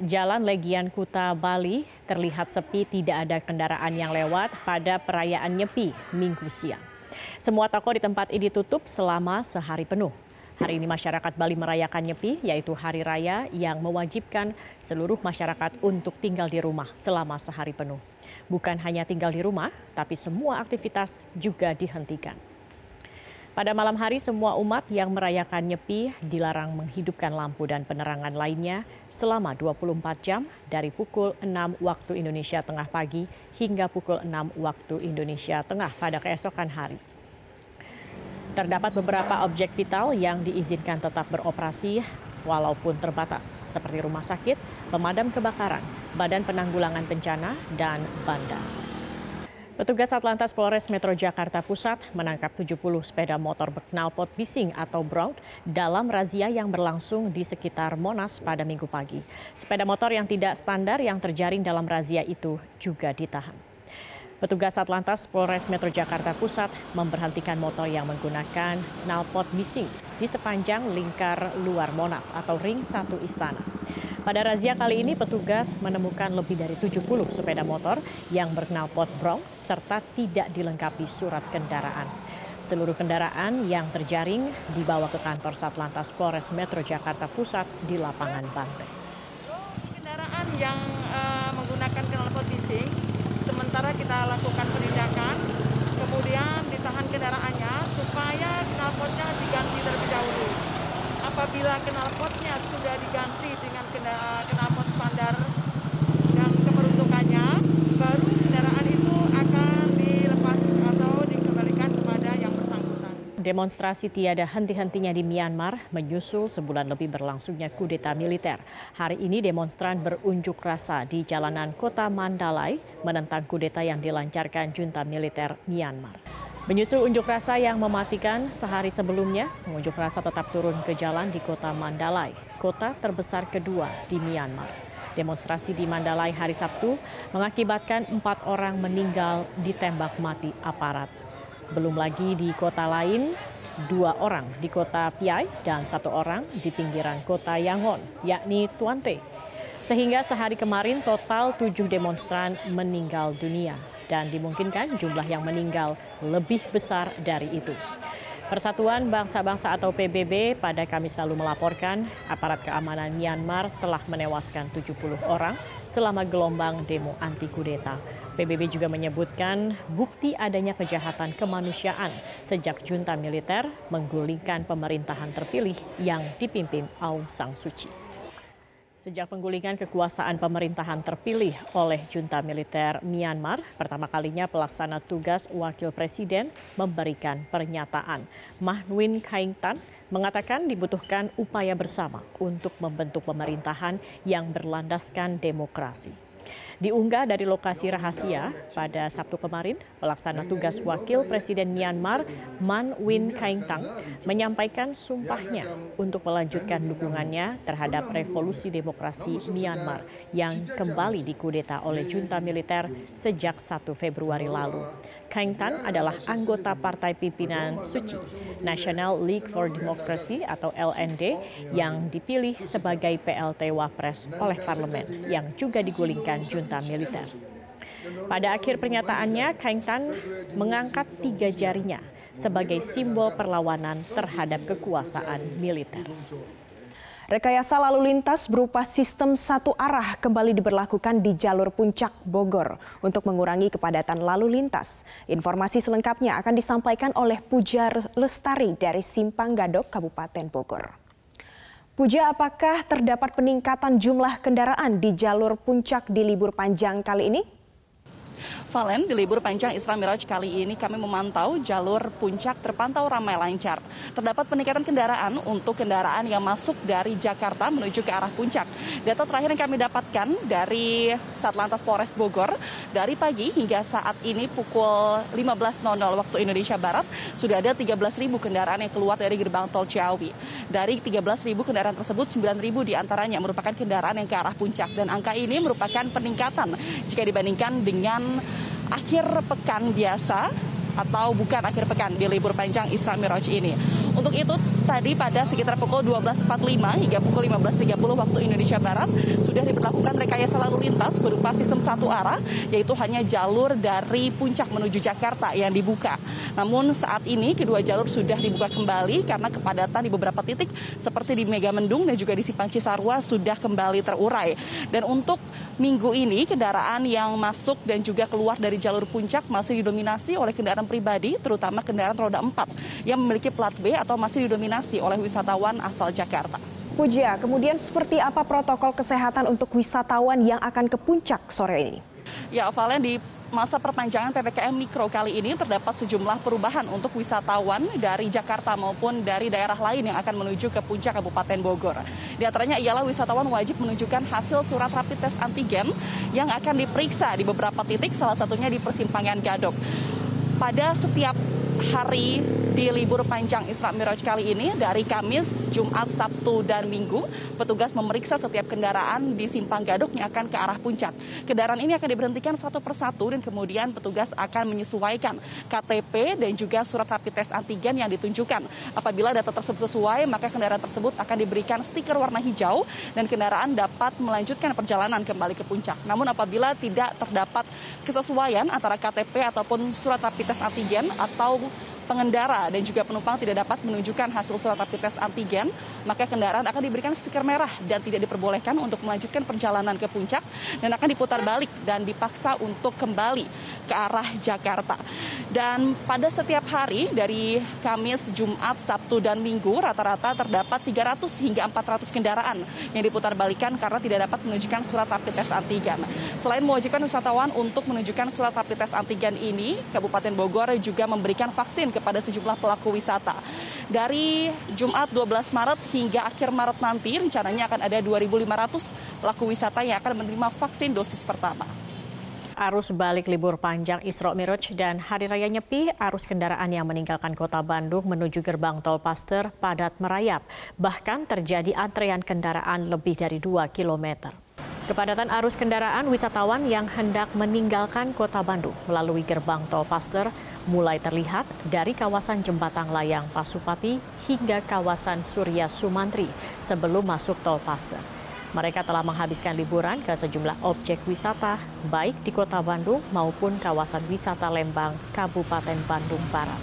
Jalan Legian Kuta, Bali terlihat sepi, tidak ada kendaraan yang lewat pada perayaan Nyepi Minggu siang. Semua toko di tempat ini tutup selama sehari penuh. Hari ini masyarakat Bali merayakan Nyepi, yaitu hari raya yang mewajibkan seluruh masyarakat untuk tinggal di rumah selama sehari penuh. Bukan hanya tinggal di rumah, tapi semua aktivitas juga dihentikan. Pada malam hari, semua umat yang merayakan Nyepi dilarang menghidupkan lampu dan penerangan lainnya selama 24 jam dari pukul 6 waktu Indonesia Tengah pagi hingga pukul 6 waktu Indonesia Tengah pada keesokan hari. Terdapat beberapa objek vital yang diizinkan tetap beroperasi walaupun terbatas, seperti rumah sakit, pemadam kebakaran, Badan Penanggulangan Bencana, dan bandar. Petugas Satlantas Polres Metro Jakarta Pusat menangkap 70 sepeda motor berknalpot bising atau brown dalam razia yang berlangsung di sekitar Monas pada Minggu pagi. Sepeda motor yang tidak standar yang terjaring dalam razia itu juga ditahan. Petugas Satlantas Polres Metro Jakarta Pusat memberhentikan motor yang menggunakan knalpot bising di sepanjang lingkar luar Monas atau Ring 1 Istana. Pada razia kali ini petugas menemukan lebih dari 70 sepeda motor yang berknalpot brown serta tidak dilengkapi surat kendaraan. Seluruh kendaraan yang terjaring dibawa ke kantor Satlantas Polres Metro Jakarta Pusat di lapangan Banteng. Kendaraan yang menggunakan knalpot bising, sementara kita lakukan penindakan, kemudian ditahan kendaraannya supaya knalpotnya diganti terlebih dahulu. Apabila knalpotnya sudah diganti dengan knalpot standar dan keperuntukannya, baru kendaraan itu akan dilepas atau dikembalikan kepada yang bersangkutan. Demonstrasi tiada henti-hentinya di Myanmar menyusul sebulan lebih berlangsungnya kudeta militer. Hari ini demonstran berunjuk rasa di jalanan kota Mandalay menentang kudeta yang dilancarkan junta militer Myanmar. Menyusul unjuk rasa yang mematikan sehari sebelumnya, pengunjuk rasa tetap turun ke jalan di kota Mandalay, kota terbesar kedua di Myanmar. Demonstrasi di Mandalay hari Sabtu mengakibatkan 4 orang meninggal ditembak mati aparat. Belum lagi di kota lain, 2 orang di kota Piai dan 1 orang di pinggiran kota Yangon, yakni Tuante. Sehingga sehari kemarin total 7 demonstran meninggal dunia. Dan dimungkinkan jumlah yang meninggal lebih besar dari itu. Persatuan Bangsa-Bangsa atau PBB pada Kamis lalu melaporkan aparat keamanan Myanmar telah menewaskan 70 orang selama gelombang demo anti kudeta. PBB juga menyebutkan bukti adanya kejahatan kemanusiaan sejak junta militer menggulingkan pemerintahan terpilih yang dipimpin Aung San Suu Kyi. Sejak penggulingan kekuasaan pemerintahan terpilih oleh junta militer Myanmar, pertama kalinya pelaksana tugas wakil presiden memberikan pernyataan. Mah Nguyen Khai Thanh mengatakan dibutuhkan upaya bersama untuk membentuk pemerintahan yang berlandaskan demokrasi. Diunggah dari lokasi rahasia pada Sabtu kemarin, pelaksana tugas wakil presiden Myanmar Man Win Kaing Tang menyampaikan sumpahnya untuk melanjutkan dukungannya terhadap revolusi demokrasi Myanmar yang kembali dikudeta oleh junta militer sejak 1 Februari lalu. Kaing Tang adalah anggota partai pimpinan Suu Kyi, National League for Democracy atau LND, yang dipilih sebagai PLT Wapres oleh parlemen yang juga digulingkan junta militer. Pada akhir pernyataannya, Kaing Tang mengangkat 3 jarinya sebagai simbol perlawanan terhadap kekuasaan militer. Rekayasa lalu lintas berupa sistem satu arah kembali diberlakukan di jalur Puncak Bogor untuk mengurangi kepadatan lalu lintas. Informasi selengkapnya akan disampaikan oleh Puja Lestari dari Simpang Gadok, Kabupaten Bogor. Puja, apakah terdapat peningkatan jumlah kendaraan di jalur Puncak di libur panjang kali ini? Valen, di libur panjang Isra Miraj kali ini kami memantau jalur Puncak terpantau ramai lancar. Terdapat peningkatan kendaraan untuk kendaraan yang masuk dari Jakarta menuju ke arah Puncak. Data terakhir yang kami dapatkan dari Satlantas Polres Bogor, dari pagi hingga saat ini pukul 15.00 waktu Indonesia Barat, sudah ada 13.000 kendaraan yang keluar dari gerbang tol Ciawi. Dari 13.000 kendaraan tersebut, 9.000 diantaranya merupakan kendaraan yang ke arah Puncak. Dan angka ini merupakan peningkatan jika dibandingkan dengan akhir pekan biasa atau bukan akhir pekan di libur panjang Isra Miraj ini. Untuk itu, tadi pada sekitar pukul 12.45 hingga pukul 15.30 waktu Indonesia Barat sudah diberlakukan rekayasa lalu lintas berupa sistem satu arah, yaitu hanya jalur dari Puncak menuju Jakarta yang dibuka. Namun saat ini kedua jalur sudah dibuka kembali karena kepadatan di beberapa titik seperti di Megamendung dan juga di Simpang Cisarua sudah kembali terurai. Dan untuk minggu ini kendaraan yang masuk dan juga keluar dari jalur Puncak masih didominasi oleh kendaraan pribadi, terutama kendaraan roda 4 yang memiliki plat B atau masih didominasi oleh wisatawan asal Jakarta. Pujia, kemudian seperti apa protokol kesehatan untuk wisatawan yang akan ke Puncak sore ini? Ya, Valen, di masa perpanjangan PPKM Mikro kali ini terdapat sejumlah perubahan untuk wisatawan dari Jakarta maupun dari daerah lain yang akan menuju ke Puncak Kabupaten Bogor. Di antaranya ialah wisatawan wajib menunjukkan hasil surat rapid test antigen yang akan diperiksa di beberapa titik, salah satunya di persimpangan Gadok. Pada setiap hari di libur panjang Isra Miraj kali ini, dari Kamis, Jumat, Sabtu, dan Minggu, petugas memeriksa setiap kendaraan di Simpang Gadok yang akan ke arah Puncak. Kendaraan ini akan diberhentikan satu persatu dan kemudian petugas akan menyesuaikan KTP dan juga surat rapid test antigen yang ditunjukkan. Apabila data tersebut sesuai, maka kendaraan tersebut akan diberikan stiker warna hijau dan kendaraan dapat melanjutkan perjalanan kembali ke Puncak. Namun apabila tidak terdapat kesesuaian antara KTP ataupun surat rapid test antigen atau pengendara dan juga penumpang tidak dapat menunjukkan hasil surat rapid test antigen, maka kendaraan akan diberikan stiker merah dan tidak diperbolehkan untuk melanjutkan perjalanan ke Puncak dan akan diputar balik dan dipaksa untuk kembali ke arah Jakarta. Dan pada setiap hari dari Kamis, Jumat, Sabtu, dan Minggu rata-rata terdapat 300 hingga 400 kendaraan yang diputar balikan karena tidak dapat menunjukkan surat rapid test antigen. Selain mewajibkan wisatawan untuk menunjukkan surat rapid test antigen ini, Kabupaten Bogor juga memberikan vaksin kepada sejumlah pelaku wisata. Dari Jumat 12 Maret hingga akhir Maret nanti rencananya akan ada 2.500 pelaku wisata yang akan menerima vaksin dosis pertama. Arus balik libur panjang Isra Miraj dan Hari Raya Nyepi, arus kendaraan yang meninggalkan kota Bandung menuju gerbang tol Paster padat merayap. Bahkan terjadi antrean kendaraan lebih dari 2 km. Kepadatan arus kendaraan wisatawan yang hendak meninggalkan kota Bandung melalui gerbang tol Paster mulai terlihat dari kawasan Jembatan Layang Pasupati hingga kawasan Surya Sumantri sebelum masuk tol Paster. Mereka telah menghabiskan liburan ke sejumlah objek wisata, baik di kota Bandung maupun kawasan wisata Lembang, Kabupaten Bandung Barat.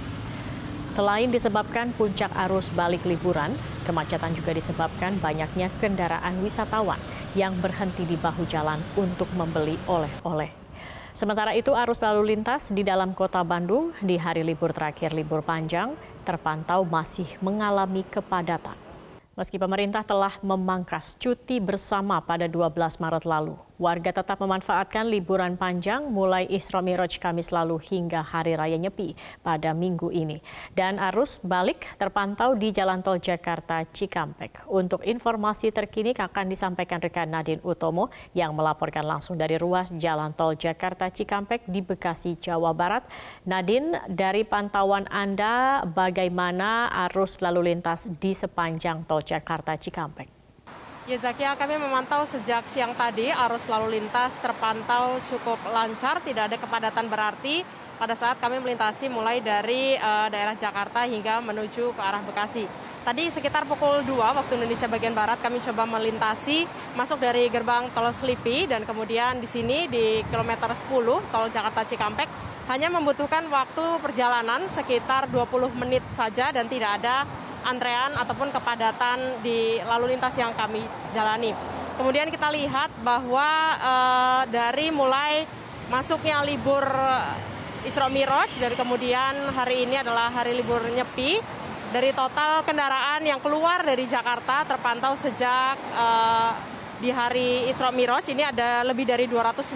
Selain disebabkan puncak arus balik liburan, kemacetan juga disebabkan banyaknya kendaraan wisatawan yang berhenti di bahu jalan untuk membeli oleh-oleh. Sementara itu, arus lalu lintas di dalam kota Bandung di hari libur terakhir libur panjang terpantau masih mengalami kepadatan. Meski pemerintah telah memangkas cuti bersama pada 12 Maret lalu, warga tetap memanfaatkan liburan panjang mulai Isra Miraj Kamis lalu hingga Hari Raya Nyepi pada minggu ini. Dan arus balik terpantau di Jalan Tol Jakarta Cikampek. Untuk informasi terkini akan disampaikan rekan Nadine Utomo yang melaporkan langsung dari ruas Jalan Tol Jakarta Cikampek di Bekasi, Jawa Barat. Nadine, dari pantauan Anda bagaimana arus lalu lintas di sepanjang Tol Jakarta Cikampek? Ya Zakia, kami memantau sejak siang tadi arus lalu lintas terpantau cukup lancar, tidak ada kepadatan berarti pada saat kami melintasi mulai dari daerah Jakarta hingga menuju ke arah Bekasi. Tadi sekitar pukul 2 waktu Indonesia bagian Barat kami coba melintasi masuk dari gerbang tol Selipi dan kemudian di sini di kilometer 10 tol Jakarta Cikampek hanya membutuhkan waktu perjalanan sekitar 20 menit saja dan tidak ada antrean ataupun kepadatan di lalu lintas yang kami jalani. Kemudian kita lihat bahwa dari mulai masuknya libur Isra Miraj, dari kemudian hari ini adalah hari libur Nyepi, dari total kendaraan yang keluar dari Jakarta terpantau sejak di hari Isra Miraj ini ada lebih dari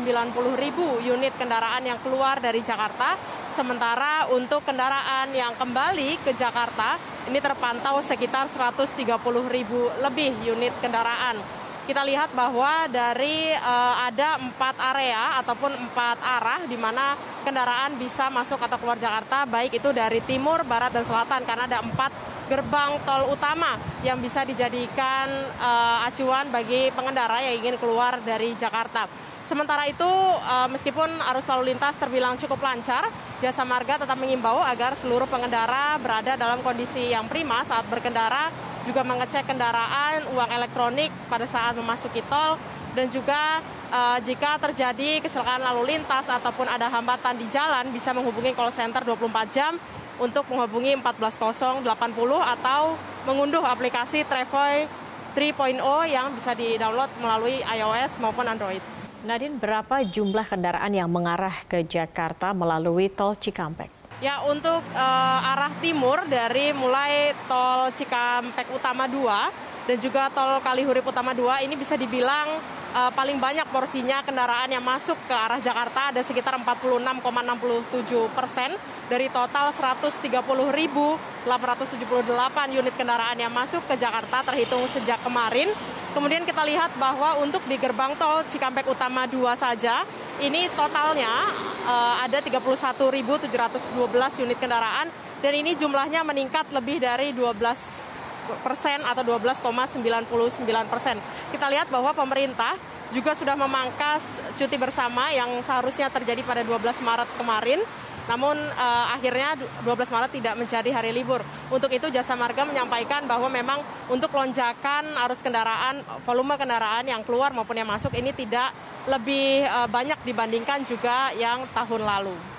290.000 unit kendaraan yang keluar dari Jakarta. Sementara untuk kendaraan yang kembali ke Jakarta ini terpantau sekitar 130.000 lebih unit kendaraan. Kita lihat bahwa dari ada 4 area ataupun 4 arah di mana kendaraan bisa masuk atau keluar Jakarta, baik itu dari timur, barat, dan selatan, karena ada 4 gerbang tol utama yang bisa dijadikan acuan bagi pengendara yang ingin keluar dari Jakarta. Sementara itu, meskipun arus lalu lintas terbilang cukup lancar, Jasa Marga tetap mengimbau agar seluruh pengendara berada dalam kondisi yang prima saat berkendara, juga mengecek kendaraan, uang elektronik pada saat memasuki tol, dan juga jika terjadi kecelakaan lalu lintas ataupun ada hambatan di jalan bisa menghubungi call center 24 jam untuk menghubungi 14080 atau mengunduh aplikasi Travoy 3.0 yang bisa di-download melalui iOS maupun Android. Nadine, berapa jumlah kendaraan yang mengarah ke Jakarta melalui tol Cikampek? Ya, untuk arah timur dari mulai tol Cikampek Utama 2 dan juga tol Kalihurip Utama 2 ini bisa dibilang paling banyak porsinya kendaraan yang masuk ke arah Jakarta, ada sekitar 46,67% dari total 130.878 unit kendaraan yang masuk ke Jakarta terhitung sejak kemarin. Kemudian kita lihat bahwa untuk di gerbang tol Cikampek Utama 2 saja, ini totalnya ada 31.712 unit kendaraan dan ini jumlahnya meningkat lebih dari 12% atau 12,99%. Kita lihat bahwa pemerintah juga sudah memangkas cuti bersama yang seharusnya terjadi pada 12 Maret kemarin. Namun akhirnya 12 Maret tidak menjadi hari libur. Untuk itu Jasa Marga menyampaikan bahwa memang untuk lonjakan arus kendaraan, volume kendaraan yang keluar maupun yang masuk ini tidak lebih banyak dibandingkan juga yang tahun lalu.